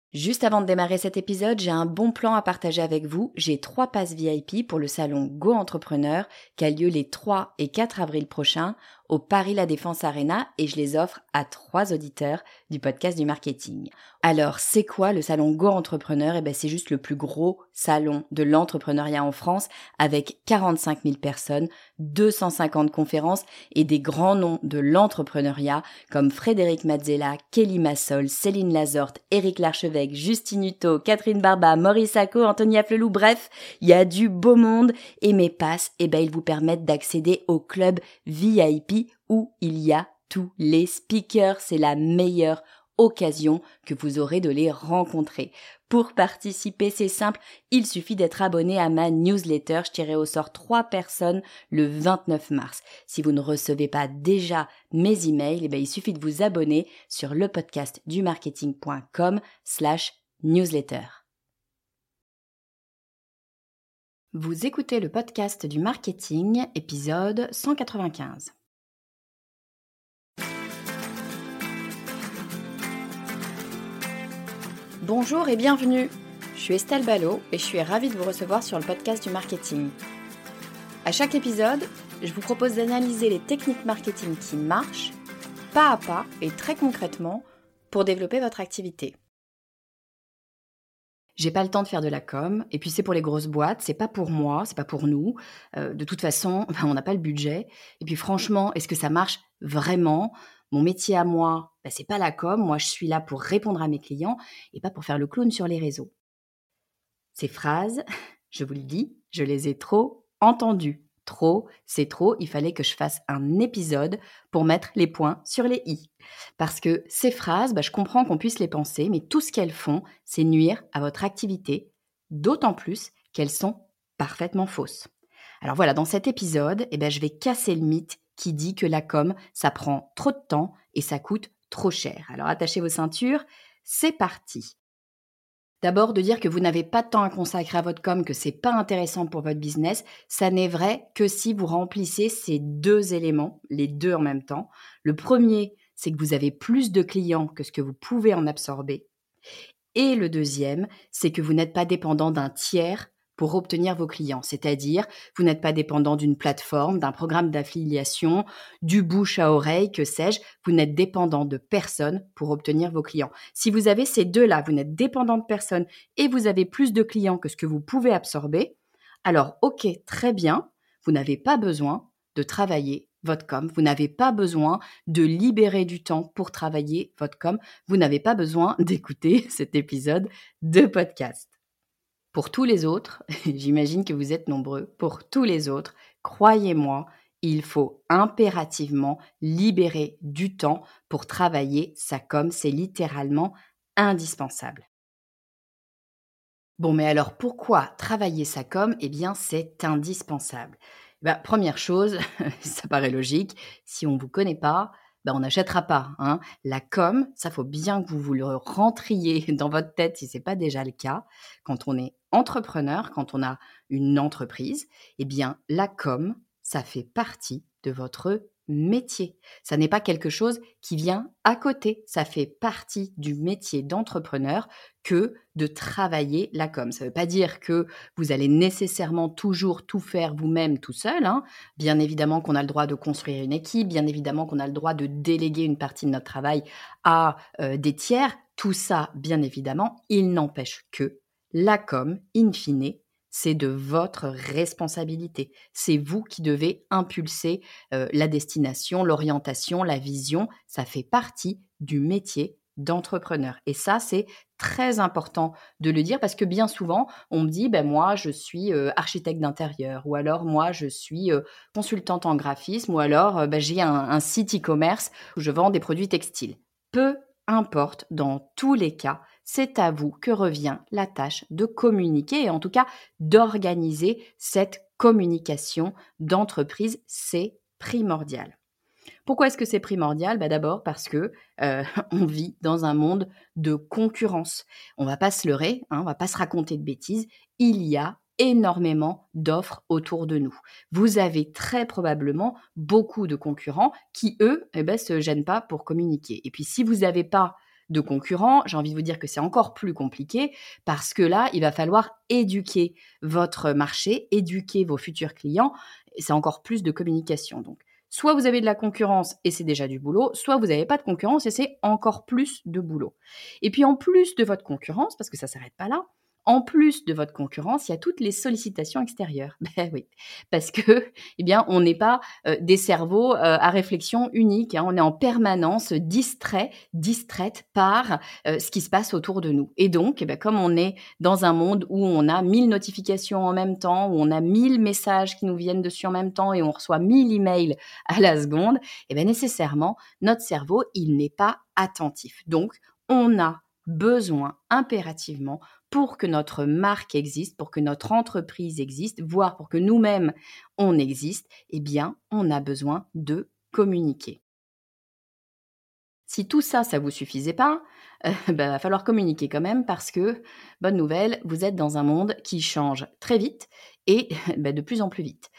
Juste avant de démarrer cet épisode, j'ai un bon plan à partager avec vous. J'ai 3 passes VIP pour le salon Go Entrepreneur qui a lieu les 3 et 4 avril prochains au Paris La Défense Arena et je les offre à 3 auditeurs du podcast du marketing. Alors, c'est quoi le salon Go Entrepreneur ? C'est juste le plus gros salon de l'entrepreneuriat en France avec 45 000 personnes, 250 conférences et des grands noms de l'entrepreneuriat comme Frédéric Mazzella, Kelly Massol, Céline Lazorte, Éric Larchevêque, Justine Hutto, Catherine Barba, Maurice Sacco, Antonia Flelou, bref, il y a du beau monde et mes passes, ils vous permettent d'accéder au club VIP où il y a tous les speakers. C'est la meilleure occasion que vous aurez de les rencontrer. Pour participer, c'est simple, il suffit d'être abonné à ma newsletter. Je tirerai au sort 3 personnes le 29 mars. Si vous ne recevez pas déjà mes emails, il suffit de vous abonner sur lepodcastdumarketing.com/newsletter. Vous écoutez le podcast du marketing, épisode 195. Bonjour et bienvenue. Je suis Estelle Ballot et je suis ravie de vous recevoir sur le podcast du marketing. À chaque épisode, je vous propose d'analyser les techniques marketing qui marchent, pas à pas et très concrètement, pour développer votre activité. J'ai pas le temps de faire de la com, et puis c'est pour les grosses boîtes, c'est pas pour moi, c'est pas pour nous. De toute façon, on n'a pas le budget. Et puis franchement, est-ce que ça marche vraiment ? Mon métier à moi, c'est pas la com. Moi, je suis là pour répondre à mes clients et pas pour faire le clown sur les réseaux. Ces phrases, je vous le dis, je les ai trop entendues. Trop, c'est trop, il fallait que je fasse un épisode pour mettre les points sur les i. Parce que ces phrases, je comprends qu'on puisse les penser, mais tout ce qu'elles font, c'est nuire à votre activité, d'autant plus qu'elles sont parfaitement fausses. Alors voilà, dans cet épisode, je vais casser le mythe qui dit que la com, ça prend trop de temps et ça coûte trop cher. Alors attachez vos ceintures, c'est parti. D'abord, de dire que vous n'avez pas de temps à consacrer à votre com, que c'est pas intéressant pour votre business, ça n'est vrai que si vous remplissez ces 2 éléments, les 2 en même temps. Le premier, c'est que vous avez plus de clients que ce que vous pouvez en absorber. Et le deuxième, c'est que vous n'êtes pas dépendant d'un tiers pour obtenir vos clients. C'est-à-dire, vous n'êtes pas dépendant d'une plateforme, d'un programme d'affiliation, du bouche à oreille, que sais-je. Vous n'êtes dépendant de personne pour obtenir vos clients. Si vous avez ces 2-là, vous n'êtes dépendant de personne et vous avez plus de clients que ce que vous pouvez absorber, alors ok, très bien, vous n'avez pas besoin de travailler votre com, vous n'avez pas besoin de libérer du temps pour travailler votre com, vous n'avez pas besoin d'écouter cet épisode de podcast. Pour tous les autres, j'imagine que vous êtes nombreux, pour tous les autres, croyez-moi, il faut impérativement libérer du temps pour travailler sa com, c'est littéralement indispensable. Bon, mais alors pourquoi travailler sa com ? C'est indispensable. Première chose, ça paraît logique, si on ne vous connaît pas, on n'achètera pas. La com, ça faut bien que vous le rentriez dans votre tête si ce n'est pas déjà le cas. Quand on est entrepreneur, quand on a une entreprise, la com, ça fait partie de votre métier. Ça n'est pas quelque chose qui vient à côté. Ça fait partie du métier d'entrepreneur que de travailler la com. Ça ne veut pas dire que vous allez nécessairement toujours tout faire vous-même tout seul. Bien évidemment qu'on a le droit de construire une équipe, bien évidemment qu'on a le droit de déléguer une partie de notre travail à des tiers. Tout ça, bien évidemment, il n'empêche que la com, in fine, c'est de votre responsabilité. C'est vous qui devez impulser la destination, l'orientation, la vision. Ça fait partie du métier d'entrepreneur. Et ça, c'est très important de le dire parce que bien souvent, on me dit moi, je suis architecte d'intérieur ou alors moi, je suis consultante en graphisme ou alors j'ai un site e-commerce où je vends des produits textiles. Peu importe, dans tous les cas, c'est à vous que revient la tâche de communiquer et en tout cas d'organiser cette communication d'entreprise. C'est primordial. Pourquoi est-ce que c'est primordial ? D'abord parce que on vit dans un monde de concurrence. On va pas se leurrer, on va pas se raconter de bêtises. Il y a énormément d'offres autour de nous. Vous avez très probablement beaucoup de concurrents qui, eux, se gênent pas pour communiquer. Et puis, si vous n'avez pas de concurrents, j'ai envie de vous dire que c'est encore plus compliqué parce que là, il va falloir éduquer votre marché, éduquer vos futurs clients. Et c'est encore plus de communication. Donc, soit vous avez de la concurrence et c'est déjà du boulot, soit vous n'avez pas de concurrence et c'est encore plus de boulot. Et puis en plus de votre concurrence, parce que ça ne s'arrête pas là, en plus de votre concurrence, il y a toutes les sollicitations extérieures. Ben oui, parce que, eh bien, on n'est pas des cerveaux à réflexion unique. Hein. On est en permanence distraite par ce qui se passe autour de nous. Et donc, eh ben, comme on est dans un monde où on a 1000 notifications en même temps, où on a 1000 messages qui nous viennent dessus en même temps et on reçoit 1000 emails à la seconde, eh ben, nécessairement, notre cerveau, il n'est pas attentif. Donc, on a besoin impérativement pour que notre marque existe, pour que notre entreprise existe, voire pour que nous-mêmes, on existe, eh bien, on a besoin de communiquer. Si tout ça, ça vous suffisait pas, va falloir communiquer quand même parce que, bonne nouvelle, vous êtes dans un monde qui change très vite et de plus en plus vite.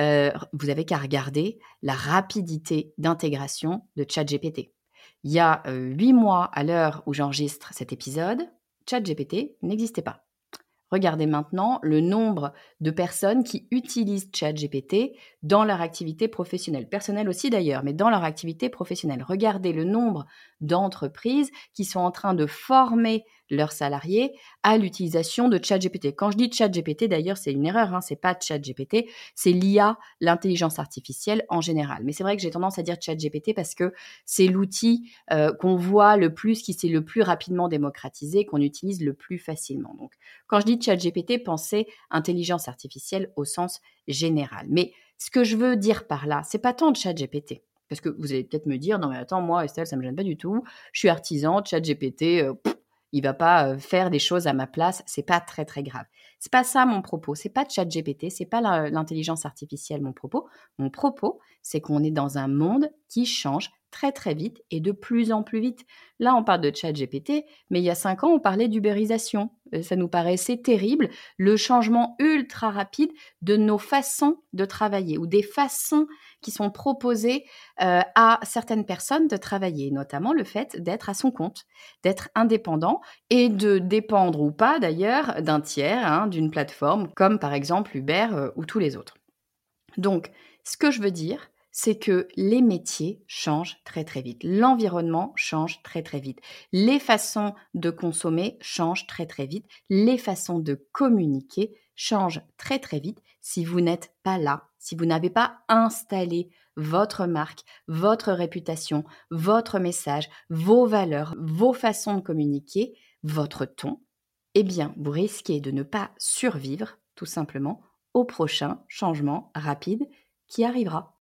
Vous avez qu'à regarder la rapidité d'intégration de ChatGPT. Il y a 8 mois, à l'heure où j'enregistre cet épisode, ChatGPT n'existait pas. Regardez maintenant le nombre de personnes qui utilisent ChatGPT dans leur activité professionnelle, personnelle aussi d'ailleurs, mais dans leur activité professionnelle. Regardez le nombre d'entreprises qui sont en train de former leurs salariés à l'utilisation de ChatGPT. Quand je dis ChatGPT, d'ailleurs, c'est une erreur, hein, c'est pas ChatGPT, c'est l'IA, l'intelligence artificielle en général. Mais c'est vrai que j'ai tendance à dire ChatGPT parce que c'est l'outil qu'on voit le plus, qui s'est le plus rapidement démocratisé, qu'on utilise le plus facilement. Donc, quand je dis ChatGPT, pensez intelligence artificielle au sens général. Mais ce que je veux dire par là, c'est pas tant de ChatGPT. Parce que vous allez peut-être me dire, non mais attends, moi Estelle, ça me gêne pas du tout. Je suis artisan, ChatGPT, il va pas faire des choses à ma place. C'est pas très très grave. C'est pas ça mon propos. C'est pas ChatGPT, c'est pas l'intelligence artificielle mon propos. Mon propos, c'est qu'on est dans un monde qui change très très vite et de plus en plus vite. Là, on parle de ChatGPT, mais il y a 5 ans, on parlait d'ubérisation. Ça nous paraissait terrible, le changement ultra rapide de nos façons de travailler ou des façons qui sont proposées à certaines personnes de travailler, notamment le fait d'être à son compte, d'être indépendant et de dépendre ou pas d'ailleurs d'un tiers, hein, d'une plateforme comme par exemple Uber ou tous les autres. Donc, ce que je veux dire, c'est que les métiers changent très très vite. L'environnement change très très vite. Les façons de consommer changent très très vite. Les façons de communiquer changent très très vite si vous n'êtes pas là, si vous n'avez pas installé votre marque, votre réputation, votre message, vos valeurs, vos façons de communiquer, votre ton, eh bien, vous risquez de ne pas survivre, tout simplement, au prochain changement rapide qui arrivera.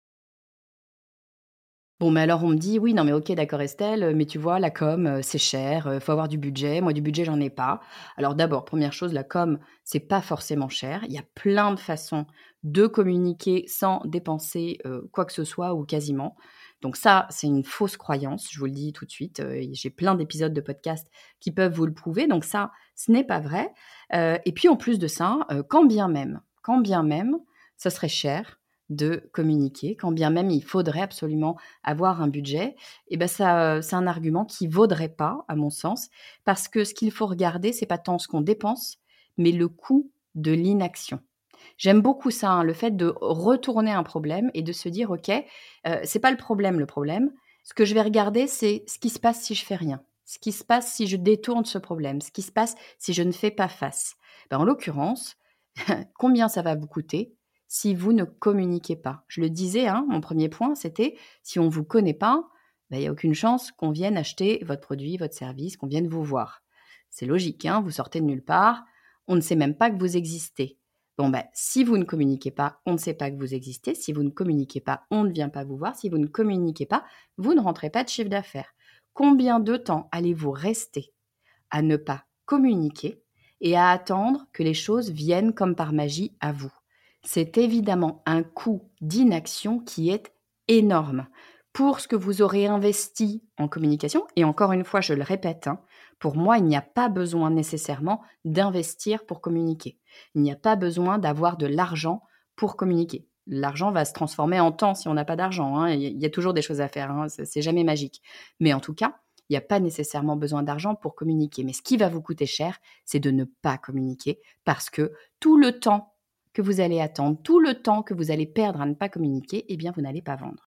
Bon, mais alors on me dit: «Oui, non, mais OK, d'accord Estelle, mais tu vois la com, c'est cher, faut avoir du budget. Moi du budget, j'en ai pas». Alors d'abord, première chose, la com, c'est pas forcément cher. Il y a plein de façons de communiquer sans dépenser, quoi que ce soit ou quasiment. Donc ça, c'est une fausse croyance, je vous le dis tout de suite, et j'ai plein d'épisodes de podcast qui peuvent vous le prouver. Donc ça, ce n'est pas vrai. Et puis en plus de ça, quand bien même, ça serait cher de communiquer, quand bien même il faudrait absolument avoir un budget, et ben ça, c'est un argument qui vaudrait pas, à mon sens, parce que ce qu'il faut regarder, c'est pas tant ce qu'on dépense, mais le coût de l'inaction. J'aime beaucoup ça, hein, le fait de retourner un problème et de se dire: «OK, c'est pas le problème le problème. Ce que je vais regarder, c'est ce qui se passe si je fais rien. Ce qui se passe si je détourne ce problème. Ce qui se passe si je ne fais pas face». En l'occurrence, combien ça va vous coûter si vous ne communiquez pas? Je le disais, hein, mon premier point, c'était si on ne vous connaît pas, il y a aucune chance qu'on vienne acheter votre produit, votre service, qu'on vienne vous voir. C'est logique, hein, vous sortez de nulle part, on ne sait même pas que vous existez. Si vous ne communiquez pas, on ne sait pas que vous existez. Si vous ne communiquez pas, on ne vient pas vous voir. Si vous ne communiquez pas, vous ne rentrez pas de chiffre d'affaires. Combien de temps allez-vous rester à ne pas communiquer et à attendre que les choses viennent comme par magie à vous? C'est évidemment un coût d'inaction qui est énorme. Pour ce que vous aurez investi en communication, et encore une fois, je le répète, hein, pour moi, il n'y a pas besoin nécessairement d'investir pour communiquer. Il n'y a pas besoin d'avoir de l'argent pour communiquer. L'argent va se transformer en temps si on n'a pas d'argent, hein. Il y a toujours des choses à faire, hein, c'est jamais magique. Mais en tout cas, Il n'y a pas nécessairement besoin d'argent pour communiquer. Mais ce qui va vous coûter cher, c'est de ne pas communiquer parce que tout le temps que vous allez attendre, tout le temps que vous allez perdre à ne pas communiquer, eh bien, vous n'allez pas vendre.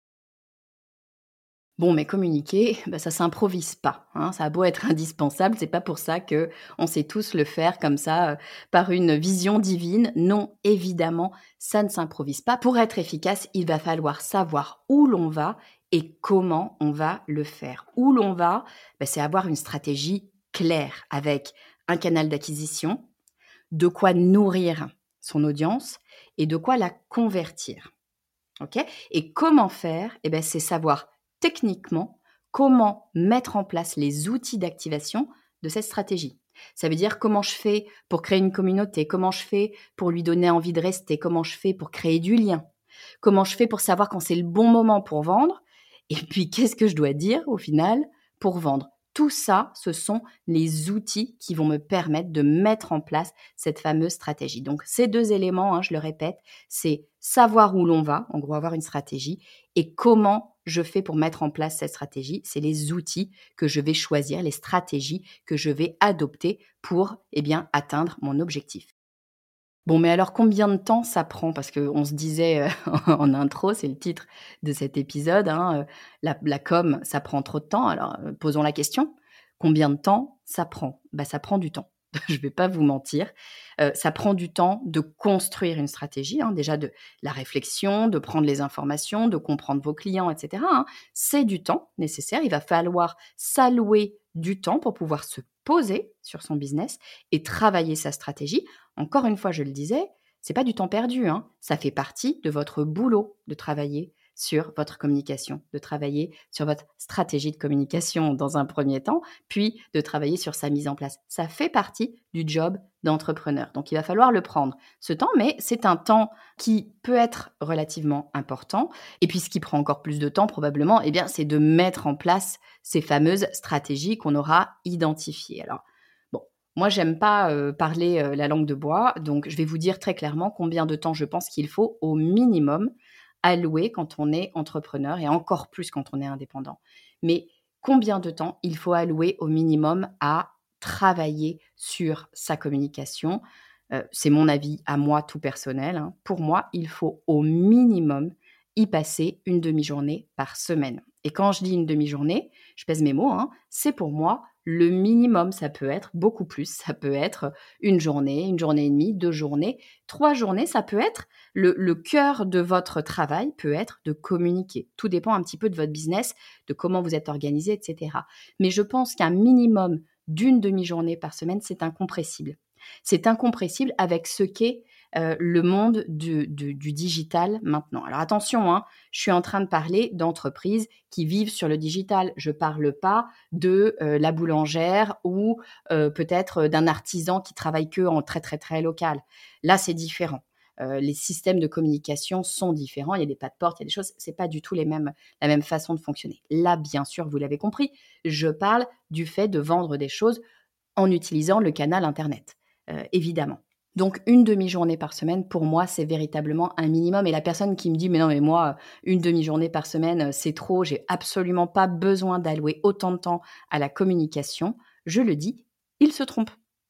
Bon, mais communiquer, bah, ça s'improvise pas, hein. Ça a beau être indispensable, c'est pas pour ça que on sait tous le faire comme ça, par une vision divine. Non, évidemment, ça ne s'improvise pas. Pour être efficace, il va falloir savoir où l'on va et comment on va le faire. Où l'on va, bah, c'est avoir une stratégie claire avec un canal d'acquisition, de quoi nourrir son audience et de quoi la convertir. OK? Et comment faire? Eh ben, c'est savoir techniquement comment mettre en place les outils d'activation de cette stratégie. Ça veut dire comment je fais pour créer une communauté, comment je fais pour lui donner envie de rester, comment je fais pour créer du lien, comment je fais pour savoir quand c'est le bon moment pour vendre, et puis qu'est-ce que je dois dire au final pour vendre. Tout ça, ce sont les outils qui vont me permettre de mettre en place cette fameuse stratégie. Donc ces deux éléments, hein, je le répète, c'est savoir où l'on va, en gros avoir une stratégie, et comment je fais pour mettre en place cette stratégie. C'est les outils que je vais choisir, les stratégies que je vais adopter pour atteindre mon objectif. Bon, mais alors combien de temps ça prend? Parce qu'on se disait, en intro, c'est le titre de cet épisode, hein, la com, ça prend trop de temps. Alors, posons la question, combien de temps ça prend? Bah, ça prend du temps. Je ne vais pas vous mentir. Ça prend du temps de construire une stratégie, hein, déjà de la réflexion, de prendre les informations, de comprendre vos clients et cetera, hein. C'est du temps nécessaire. Il va falloir s'allouer du temps pour pouvoir se poser sur son business et travailler sa stratégie. Encore une fois, je le disais, c'est pas du temps perdu, hein. Ça fait partie de votre boulot de travailler sur votre communication, de travailler sur votre stratégie de communication dans un premier temps, puis de travailler sur sa mise en place. Ça fait partie du job d'entrepreneur. Donc, il va falloir le prendre, ce temps, mais c'est un temps qui peut être relativement important. Et puis, ce qui prend encore plus de temps, probablement, c'est de mettre en place ces fameuses stratégies qu'on aura identifiées. Alors, bon, moi, j'aime pas parler la langue de bois, donc je vais vous dire très clairement combien de temps je pense qu'il faut au minimum allouer quand on est entrepreneur et encore plus quand on est indépendant. Mais combien de temps il faut allouer au minimum à travailler sur sa communication? C'est mon avis à moi tout personnel, hein. Pour moi, il faut au minimum y passer une demi-journée par semaine. Et quand je dis une demi-journée, je pèse mes mots, hein, c'est pour moi le minimum. Ça peut être beaucoup plus, ça peut être une journée et demie, 2 journées, 3 journées, ça peut être le cœur de votre travail peut être de communiquer. Tout dépend un petit peu de votre business, de comment vous êtes organisé, et cetera. Mais je pense qu'un minimum d'une demi-journée par semaine, c'est incompressible. C'est incompressible avec ce qu'est le monde du digital maintenant. Alors attention, hein, je suis en train de parler d'entreprises qui vivent sur le digital. Je ne parle pas de la boulangère ou peut-être d'un artisan qui travaille que en très très très local. Là, c'est différent. Les systèmes de communication sont différents. Il y a des pas de porte, il y a des choses. C'est pas du tout la même façon de fonctionner. Là, bien sûr, vous l'avez compris, je parle du fait de vendre des choses en utilisant le canal internet, évidemment. Donc une demi-journée par semaine, pour moi, c'est véritablement un minimum et la personne qui me dit: «Mais non, mais moi, une demi-journée par semaine, c'est trop, j'ai absolument pas besoin d'allouer autant de temps à la communication», je le dis, il se trompe.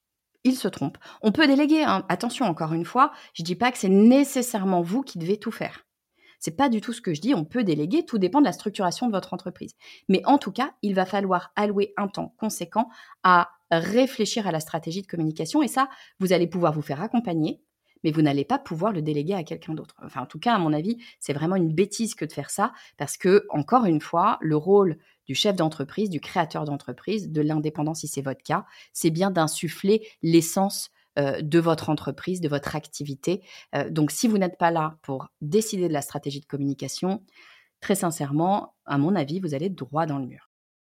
Il se trompe. On peut déléguer, hein. Attention, encore une fois, je dis pas que c'est nécessairement vous qui devez tout faire. C'est pas du tout ce que je dis, on peut déléguer, tout dépend de la structuration de votre entreprise. Mais en tout cas, il va falloir allouer un temps conséquent à réfléchir à la stratégie de communication et ça, vous allez pouvoir vous faire accompagner, mais vous n'allez pas pouvoir le déléguer à quelqu'un d'autre. Enfin, en tout cas, à mon avis, c'est vraiment une bêtise que de faire ça parce que, encore une fois, le rôle du chef d'entreprise, du créateur d'entreprise, de l'indépendant si c'est votre cas, c'est bien d'insuffler l'essence de votre entreprise, de votre activité. Donc, si vous n'êtes pas là pour décider de la stratégie de communication, très sincèrement, à mon avis, vous allez droit dans le mur.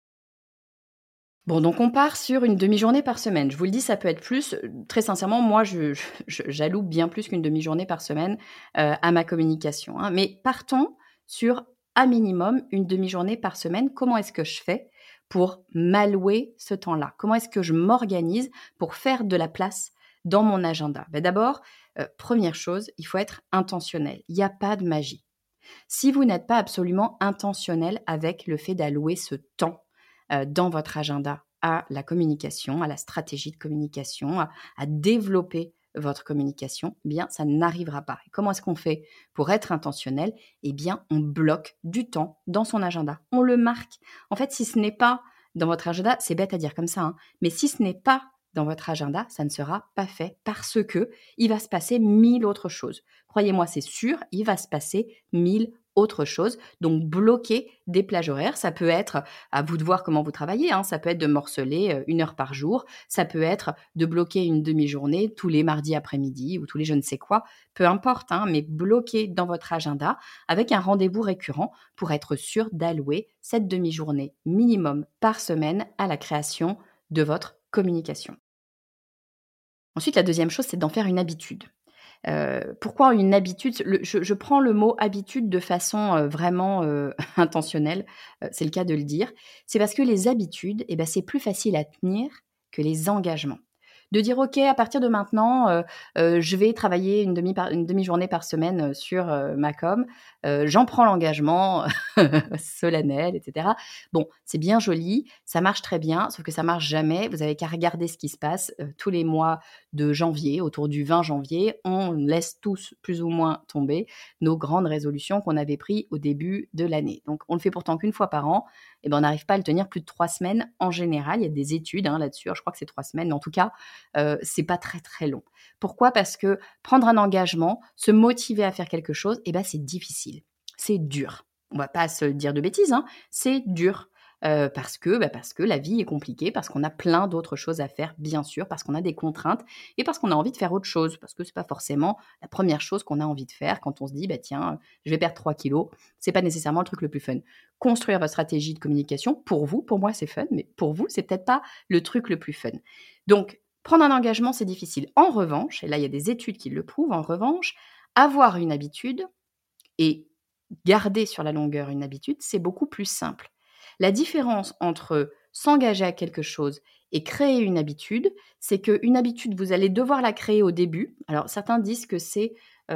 Bon, donc on part sur une demi-journée par semaine. Je vous le dis, ça peut être plus. Très sincèrement, moi, j'alloue bien plus qu'une demi-journée par semaine à ma communication, hein. Mais partons sur à minimum une demi-journée par semaine. Comment est-ce que je fais pour m'allouer ce temps-là? Comment est-ce que je m'organise pour faire de la place dans mon agenda? Ben d'abord, première chose, il faut être intentionnel. Il n'y a pas de magie. Si vous n'êtes pas absolument intentionnel avec le fait d'allouer ce temps dans votre agenda à la communication, à la stratégie de communication, à développer votre communication, eh bien, ça n'arrivera pas. Et comment est-ce qu'on fait pour être intentionnel? Eh bien, on bloque du temps dans son agenda. On le marque. En fait, si ce n'est pas dans votre agenda, c'est bête à dire comme ça, hein, mais si ce n'est pas dans votre agenda, ça ne sera pas fait parce que il va se passer 1000 autres choses. Croyez-moi, c'est sûr, il va se passer 1000 autres choses. Donc, bloquer des plages horaires, ça peut être, à vous de voir comment vous travaillez, hein, ça peut être de morceler 1 heure par jour, ça peut être de bloquer une demi-journée tous les mardis après-midi ou tous les je ne sais quoi, peu importe, hein, mais bloquer dans votre agenda avec un rendez-vous récurrent pour être sûr d'allouer cette demi-journée minimum par semaine à la création de votre communication. Ensuite, la deuxième chose, c'est d'en faire une habitude. Pourquoi une habitude? Je prends le mot habitude de façon, vraiment, intentionnelle, c'est le cas de le dire. C'est parce que les habitudes et ben c'est plus facile à tenir que les engagements. De dire: «OK, à partir de maintenant, je vais travailler une demi-journée par semaine, sur, ma com». J'en prends l'engagement solennel et cetera. Bon, c'est bien joli, ça marche très bien, sauf que ça marche jamais. Vous avez qu'à regarder ce qui se passe, tous les mois de janvier, autour du 20 janvier, on laisse tous plus ou moins tomber nos grandes résolutions qu'on avait prises au début de l'année. Donc on le fait pourtant qu'une fois par an, et ben, on n'arrive pas à le tenir plus de 3 semaines en général. Il y a des études, hein, là-dessus, alors je crois que c'est 3 semaines, mais en tout cas, c'est pas très, très long. Pourquoi? Parce que prendre un engagement, se motiver à faire quelque chose, et ben, c'est difficile, c'est dur. On va pas se dire de bêtises, hein, c'est dur. Parce que la vie est compliquée, parce qu'on a plein d'autres choses à faire, bien sûr, parce qu'on a des contraintes et parce qu'on a envie de faire autre chose. Parce que c'est pas forcément la première chose qu'on a envie de faire quand on se dit: «Bah, tiens, je vais perdre 3 kilos». C'est pas nécessairement le truc le plus fun. Construire votre stratégie de communication, pour vous, pour moi, c'est fun, mais pour vous, c'est peut-être pas le truc le plus fun. Donc, prendre un engagement, c'est difficile. En revanche, et là, il y a des études qui le prouvent, en revanche, avoir une habitude et garder sur la longueur une habitude, c'est beaucoup plus simple. La différence entre s'engager à quelque chose et créer une habitude, c'est qu'une habitude, vous allez devoir la créer au début. Alors certains disent que c'est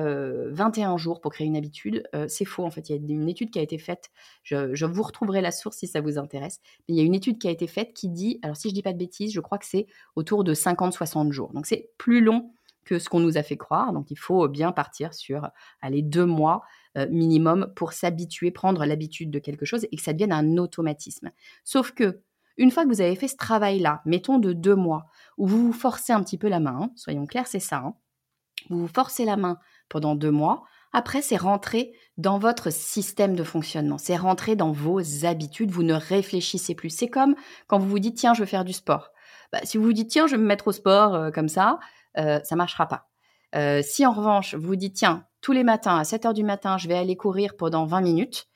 21 jours pour créer une habitude. C'est faux en fait. Il y a une étude qui a été faite, je vous retrouverai la source si ça vous intéresse, mais il y a une étude qui a été faite qui dit, alors si je dis pas de bêtises, je crois que c'est autour de 50-60 jours. Donc c'est plus long que ce qu'on nous a fait croire. Donc il faut bien partir sur, allez, 2 mois minimum pour s'habituer, prendre l'habitude de quelque chose et que ça devienne un automatisme. Sauf que, une fois que vous avez fait ce travail-là, mettons de 2 mois, où vous vous forcez un petit peu la main, hein, soyons clairs, c'est ça, hein. Vous vous forcez la main pendant 2 mois, après c'est rentré dans votre système de fonctionnement, c'est rentré dans vos habitudes, vous ne réfléchissez plus. C'est comme quand vous vous dites: «Tiens, je veux faire du sport». Bah, si vous vous dites: «Tiens, je vais me mettre au sport, comme ça marchera pas. Si en revanche, vous vous dites: «Tiens, tous les matins à 7 heures du matin, je vais aller courir pendant 20 minutes,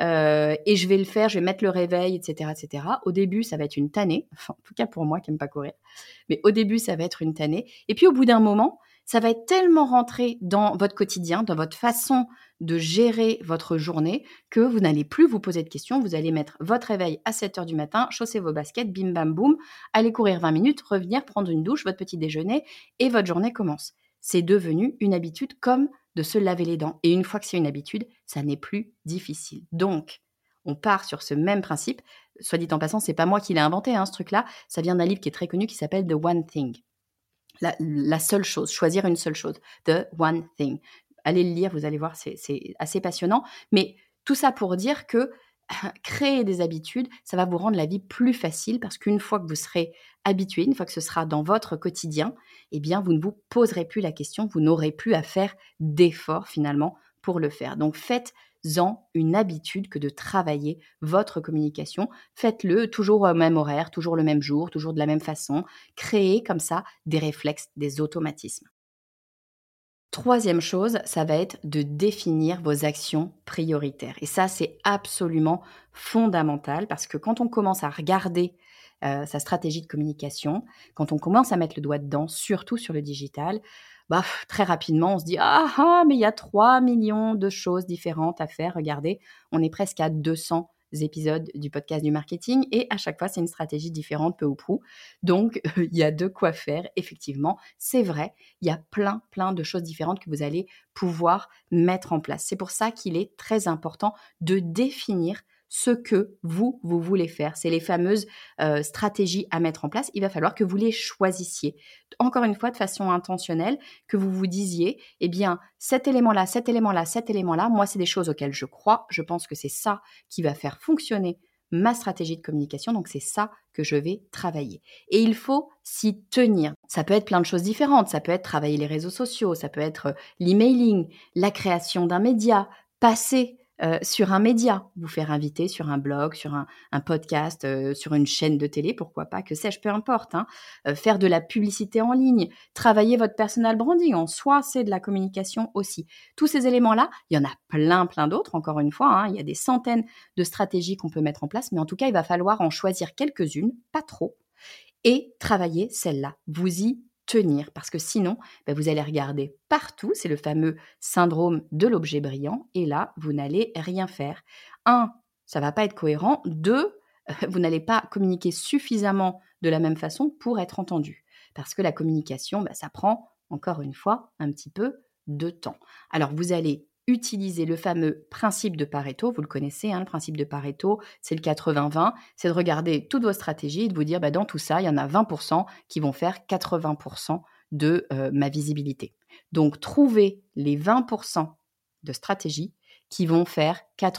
et je vais le faire, je vais mettre le réveil» et cetera et cetera. Au début, ça va être une tannée, enfin, en tout cas pour moi qui aime pas courir, mais au début, ça va être une tannée et puis au bout d'un moment, ça va être tellement rentré dans votre quotidien, dans votre façon de gérer votre journée que vous n'allez plus vous poser de questions. Vous allez mettre votre réveil à 7 heures du matin, chausser vos baskets, bim bam boum, aller courir 20 minutes, revenir, prendre une douche, votre petit déjeuner et votre journée commence. C'est devenu une habitude comme de se laver les dents et une fois que c'est une habitude, ça n'est plus difficile. Donc, on part sur ce même principe. Soit dit en passant, c'est pas moi qui l'ai inventé, hein, ce truc-là. Ça vient d'un livre qui est très connu qui s'appelle The One Thing. La seule chose, choisir une seule chose. The One Thing. Allez le lire, vous allez voir, c'est assez passionnant. Mais tout ça pour dire que créer des habitudes, ça va vous rendre la vie plus facile parce qu'une fois que vous serez habitué, une fois que ce sera dans votre quotidien, eh bien, vous ne vous poserez plus la question, vous n'aurez plus à faire d'efforts finalement pour le faire. Donc, faites-en une habitude que de travailler votre communication. Faites-le toujours au même horaire, toujours le même jour, toujours de la même façon. Créez comme ça des réflexes, des automatismes. Troisième chose, ça va être de définir vos actions prioritaires et ça, c'est absolument fondamental parce que quand on commence à regarder, sa stratégie de communication, quand on commence à mettre le doigt dedans, surtout sur le digital, bah, très rapidement, on se dit: «Ah ah, mais il y a 3 millions de choses différentes à faire. Regardez, on est presque à 200 épisodes du podcast du marketing et à chaque fois, c'est une stratégie différente peu ou prou». Donc il y a de quoi faire effectivement, c'est vrai, il y a plein, plein de choses différentes que vous allez pouvoir mettre en place. C'est pour ça qu'il est très important de définir ce que vous voulez faire. C'est les fameuses stratégies à mettre en place. Il va falloir que vous les choisissiez. Encore une fois, de façon intentionnelle, que vous vous disiez, eh bien, cet élément-là, cet élément-là, cet élément-là, moi, c'est des choses auxquelles je crois. Je pense que c'est ça qui va faire fonctionner ma stratégie de communication. Donc, c'est ça que je vais travailler. Et il faut s'y tenir. Ça peut être plein de choses différentes. Ça peut être travailler les réseaux sociaux, ça peut être l'emailing, la création d'un média, passer sur un média, vous faire inviter sur un blog, sur un podcast, sur une chaîne de télé, pourquoi pas, que sais-je, peu importe. Faire de la publicité en ligne, travailler votre personal branding, en soi, c'est de la communication aussi. Tous ces éléments-là, il y en a plein d'autres, encore une fois. Il y a des centaines de stratégies qu'on peut mettre en place, mais en tout cas, il va falloir en choisir quelques-unes, pas trop, et travailler celle-là. Vous y tenir, parce que sinon, vous allez regarder partout, c'est le fameux syndrome de l'objet brillant, et là, vous n'allez rien faire. Un, ça va pas être cohérent. Deux, vous n'allez pas communiquer suffisamment de la même façon pour être entendu, parce que la communication, ça prend, encore une fois, un petit peu de temps. Alors, vous allez utiliser le fameux principe de Pareto, vous le connaissez, le principe de Pareto, c'est le 80-20, c'est de regarder toutes vos stratégies et de vous dire, dans tout ça, il y en a 20% qui vont faire 80% de ma visibilité. Donc, trouvez les 20% de stratégies qui vont faire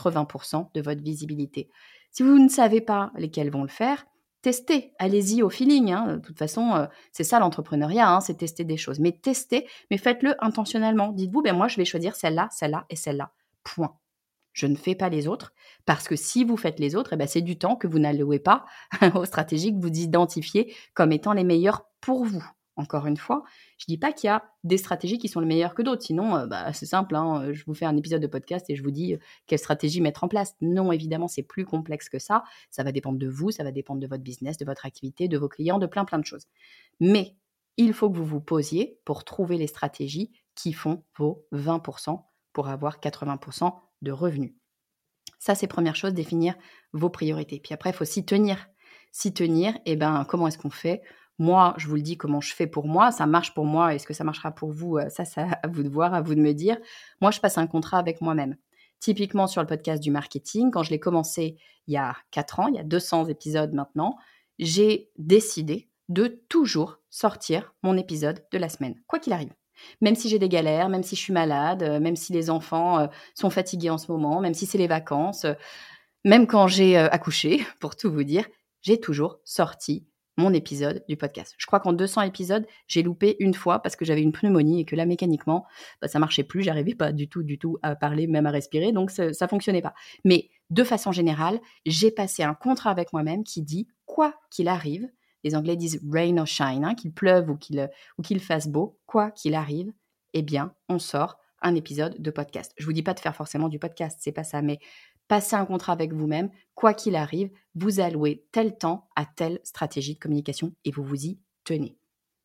80% de votre visibilité. Si vous ne savez pas lesquelles vont le faire, testez, allez-y au feeling. De toute façon, c'est ça l'entrepreneuriat, c'est tester des choses. Mais testez, mais faites-le intentionnellement. Dites-vous, moi, je vais choisir celle-là, celle-là et celle-là. Point. Je ne fais pas les autres, parce que si vous faites les autres, c'est du temps que vous n'allouez pas aux stratégies que vous identifiez comme étant les meilleures pour vous. Encore une fois, je ne dis pas qu'il y a des stratégies qui sont les meilleures que d'autres. Sinon, c'est simple, je vous fais un épisode de podcast et je vous dis quelle stratégie mettre en place. Non, évidemment, c'est plus complexe que ça. Ça va dépendre de vous, ça va dépendre de votre business, de votre activité, de vos clients, de plein de choses. Mais il faut que vous vous posiez pour trouver les stratégies qui font vos 20% pour avoir 80% de revenus. Ça, c'est première chose, définir vos priorités. Puis après, il faut s'y tenir. S'y tenir, comment est-ce qu'on fait ? Moi, je vous le dis comment je fais pour moi. Ça marche pour moi. Est-ce que ça marchera pour vous ? Ça, c'est à vous de voir, à vous de me dire. Moi, je passe un contrat avec moi-même. Typiquement, sur le podcast du marketing, quand je l'ai commencé il y a 4 ans, il y a 200 épisodes maintenant, j'ai décidé de toujours sortir mon épisode de la semaine, quoi qu'il arrive. Même si j'ai des galères, même si je suis malade, même si les enfants sont fatigués en ce moment, même si c'est les vacances, même quand j'ai accouché, pour tout vous dire, j'ai toujours sorti mon épisode du podcast. Je crois qu'en 200 épisodes, j'ai loupé une fois parce que j'avais une pneumonie et que là, mécaniquement, ça marchait plus. J'arrivais pas du tout à parler, même à respirer, donc ça fonctionnait pas. Mais de façon générale, j'ai passé un contrat avec moi-même qui dit, quoi qu'il arrive, les Anglais disent rain or shine, qu'il pleuve ou qu'il fasse beau, quoi qu'il arrive, on sort un épisode de podcast. Je vous dis pas de faire forcément du podcast, c'est pas ça, mais passez un contrat avec vous-même, quoi qu'il arrive, vous allouez tel temps à telle stratégie de communication et vous vous y tenez.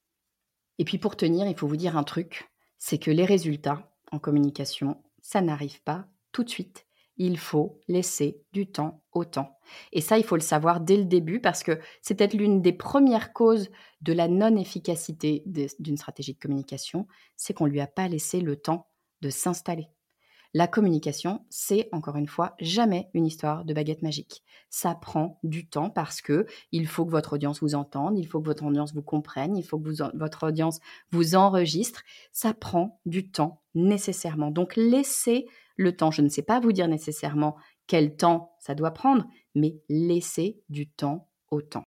Et puis pour tenir, il faut vous dire un truc, c'est que les résultats en communication, ça n'arrive pas tout de suite. Il faut laisser du temps au temps. Et ça, il faut le savoir dès le début parce que c'est peut-être l'une des premières causes de la non-efficacité d'une stratégie de communication, c'est qu'on ne lui a pas laissé le temps de s'installer. La communication, c'est, encore une fois, jamais une histoire de baguette magique. Ça prend du temps parce que il faut que votre audience vous entende, il faut que votre audience vous comprenne, il faut que votre audience vous enregistre. Ça prend du temps nécessairement. Donc, laissez le temps. Je ne sais pas vous dire nécessairement quel temps ça doit prendre, mais laissez du temps au temps.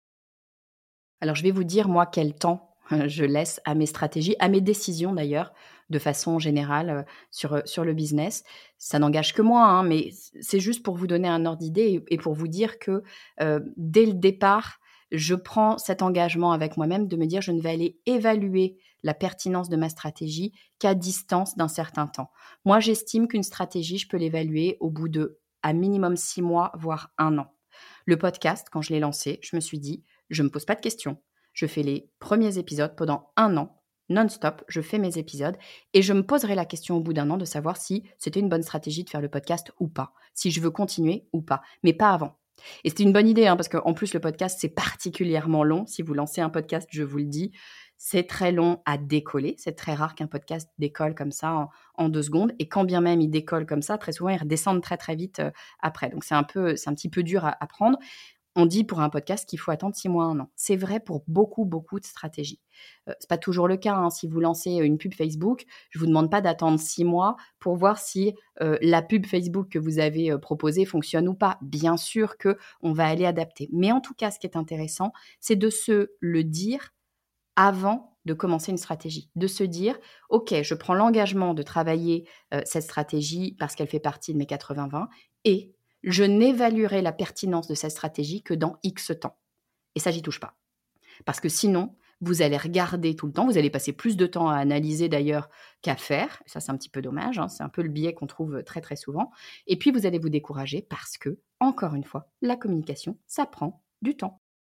Alors, je vais vous dire, moi, quel temps je laisse à mes stratégies, à mes décisions d'ailleurs, de façon générale sur le business. Ça n'engage que moi, mais c'est juste pour vous donner un ordre d'idée et pour vous dire que dès le départ, je prends cet engagement avec moi-même de me dire je ne vais aller évaluer la pertinence de ma stratégie qu'à distance d'un certain temps. Moi, j'estime qu'une stratégie, je peux l'évaluer au bout de à minimum 6 mois, voire 1 an. Le podcast, quand je l'ai lancé, je me suis dit, je ne me pose pas de questions. Je fais les premiers épisodes pendant 1 an, non-stop, je fais mes épisodes et je me poserai la question au bout d'1 an de savoir si c'était une bonne stratégie de faire le podcast ou pas, si je veux continuer ou pas, mais pas avant. Et c'était une bonne idée parce qu'en plus le podcast, c'est particulièrement long. Si vous lancez un podcast, je vous le dis, C'est très long à décoller. C'est très rare qu'un podcast décolle comme ça en 2 secondes et quand bien même il décolle comme ça, très souvent, ils redescendent très, très vite, après. Donc c'est un petit peu dur à prendre. On dit pour un podcast qu'il faut attendre 6 mois, 1 an. C'est vrai pour beaucoup, beaucoup de stratégies. C'est pas toujours le cas, hein. Si vous lancez une pub Facebook, je vous demande pas d'attendre 6 mois pour voir si, la pub Facebook que vous avez, proposée fonctionne ou pas. Bien sûr qu'on va aller adapter. Mais en tout cas, ce qui est intéressant, c'est de se le dire avant de commencer une stratégie. De se dire: «OK, je prends l'engagement de travailler, cette stratégie parce qu'elle fait partie de mes 80-20 et je n'évaluerai la pertinence de cette stratégie que dans X temps et ça, j'y touche pas». Parce que sinon, vous allez regarder tout le temps, vous allez passer plus de temps à analyser d'ailleurs qu'à faire. Ça, c'est un petit peu dommage, hein, c'est un peu le biais qu'on trouve, très, très souvent et puis vous allez vous décourager parce que, encore une fois, la communication, ça prend du temps.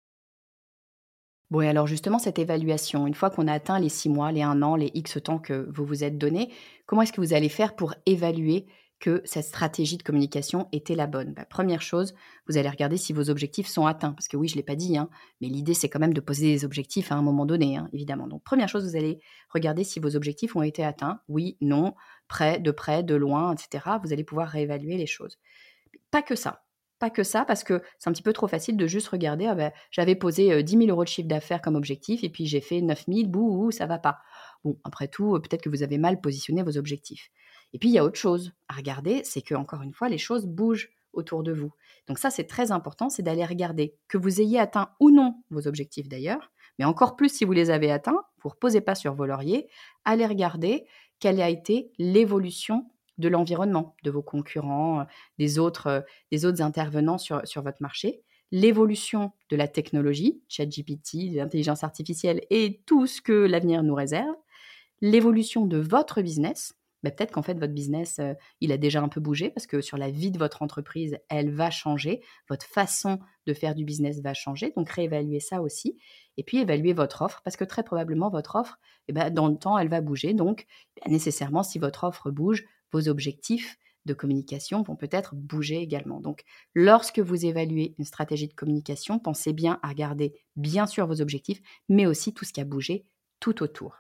Bon et alors justement cette évaluation, une fois qu'on a atteint les 6 mois, les 1 an, les X temps que vous vous êtes donné, comment est-ce que vous allez faire pour évaluer que cette stratégie de communication était la bonne? Bah, 1 chose, vous allez regarder si vos objectifs sont atteints. Parce que oui, je ne l'ai pas dit, hein, mais l'idée c'est quand même de poser des objectifs à un moment donné, hein, évidemment. Donc 1 chose, vous allez regarder si vos objectifs ont été atteints. Oui, non, près, de loin, et cetera. Vous allez pouvoir réévaluer les choses. Pas que ça. Pas que ça, parce que c'est un petit peu trop facile de juste regarder: «Ah bah, j'avais posé, 10 000 € de chiffre d'affaires comme objectif et puis j'ai fait 9 000, bouh, ça va pas». Bon, après tout, peut-être que vous avez mal positionné vos objectifs. Et puis il y a autre chose à regarder, c'est que encore une fois, les choses bougent autour de vous. Donc ça, c'est très important, c'est d'aller regarder, que vous ayez atteint ou non vos objectifs d'ailleurs, mais encore plus si vous les avez atteints, vous reposez pas sur vos lauriers, allez regarder quelle a été l'évolution de l'environnement, de vos concurrents, des autres intervenants sur votre marché, l'évolution de la technologie, ChatGPT, l'intelligence artificielle et tout ce que l'avenir nous réserve, l'évolution de votre business. Bah, peut-être qu'en fait votre business, il a déjà un peu bougé parce que sur la vie de votre entreprise, elle va changer. Votre façon de faire du business va changer, donc réévaluer ça aussi et puis évaluer votre offre parce que très probablement votre offre et bah, dans le temps, elle va bouger donc bah, nécessairement si votre offre bouge, vos objectifs de communication vont peut-être bouger également. Donc lorsque vous évaluez une stratégie de communication, pensez bien à regarder bien sûr vos objectifs, mais aussi tout ce qui a bougé tout autour.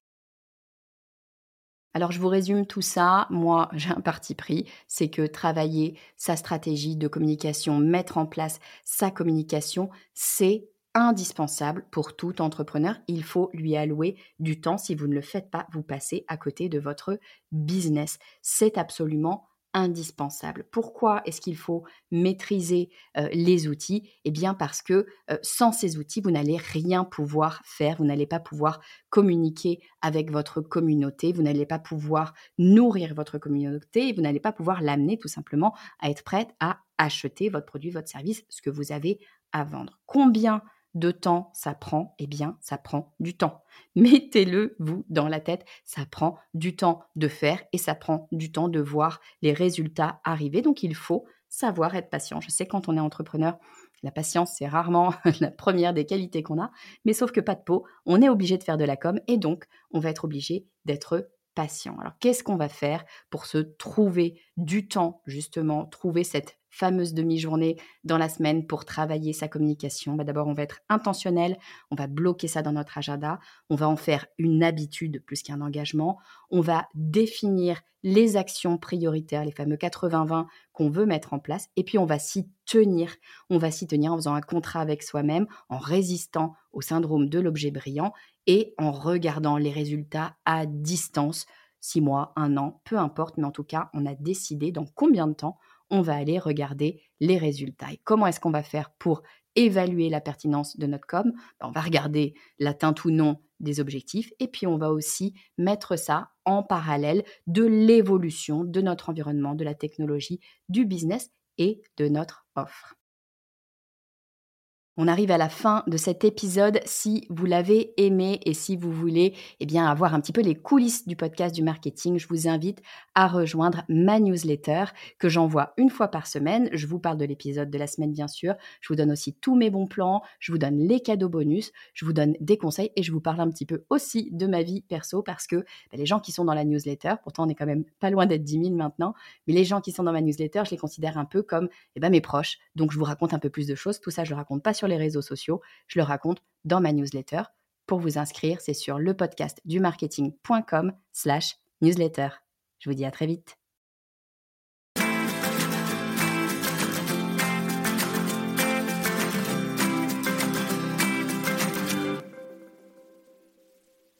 Alors je vous résume tout ça. Moi, j'ai un parti pris, c'est que travailler sa stratégie de communication, mettre en place sa communication, c'est indispensable pour tout entrepreneur. Il faut lui allouer du temps. Si vous ne le faites pas, vous passez à côté de votre business. C'est absolument indispensable. Pourquoi est-ce qu'il faut maîtriser les outils? Eh bien parce que sans ces outils, vous n'allez rien pouvoir faire, vous n'allez pas pouvoir communiquer avec votre communauté, vous n'allez pas pouvoir nourrir votre communauté et vous n'allez pas pouvoir l'amener tout simplement à être prête à acheter votre produit, votre service, ce que vous avez à vendre. Combien de temps ça prend? Eh bien, ça prend du temps. Mettez-le, vous, dans la tête, ça prend du temps de faire et ça prend du temps de voir les résultats arriver. Donc, il faut savoir être patient. Je sais quand on est entrepreneur, la patience, c'est rarement la première des qualités qu'on a, mais sauf que pas de peau, on est obligé de faire de la com et donc on va être obligé d'être patient. Alors qu'est-ce qu'on va faire pour se trouver du temps, justement, trouver cette fameuse demi-journée dans la semaine pour travailler sa communication? Bah, d'abord, on va être intentionnel, on va bloquer ça dans notre agenda, on va en faire une habitude plus qu'un engagement, on va définir les actions prioritaires, les fameux 80-20 qu'on veut mettre en place, et puis on va s'y tenir. On va s'y tenir en faisant un contrat avec soi-même, en résistant au syndrome de l'objet brillant et en regardant les résultats à distance, 6 mois, 1 an, peu importe, mais en tout cas, on a décidé dans combien de temps on va aller regarder les résultats. Et comment est-ce qu'on va faire pour évaluer la pertinence de notre com? Ben, on va regarder l'atteinte ou non des objectifs et puis on va aussi mettre ça en parallèle de l'évolution de notre environnement, de la technologie, du business et de notre offre. On arrive à la fin de cet épisode. Si vous l'avez aimé et si vous voulez avoir un petit peu les coulisses du podcast du marketing, je vous invite à rejoindre ma newsletter que j'envoie une fois par semaine. Je vous parle de l'épisode de la semaine, bien sûr. Je vous donne aussi tous mes bons plans. Je vous donne les cadeaux bonus. Je vous donne des conseils et je vous parle un petit peu aussi de ma vie perso parce que les gens qui sont dans la newsletter, pourtant on est quand même pas loin d'être 10 000 maintenant, mais les gens qui sont dans ma newsletter, je les considère un peu comme mes proches. Donc je vous raconte un peu plus de choses. Tout ça, je le raconte pas sur les réseaux sociaux, je le raconte dans ma newsletter. Pour vous inscrire, c'est sur lepodcastdumarketing.com/newsletter. Je vous dis à très vite.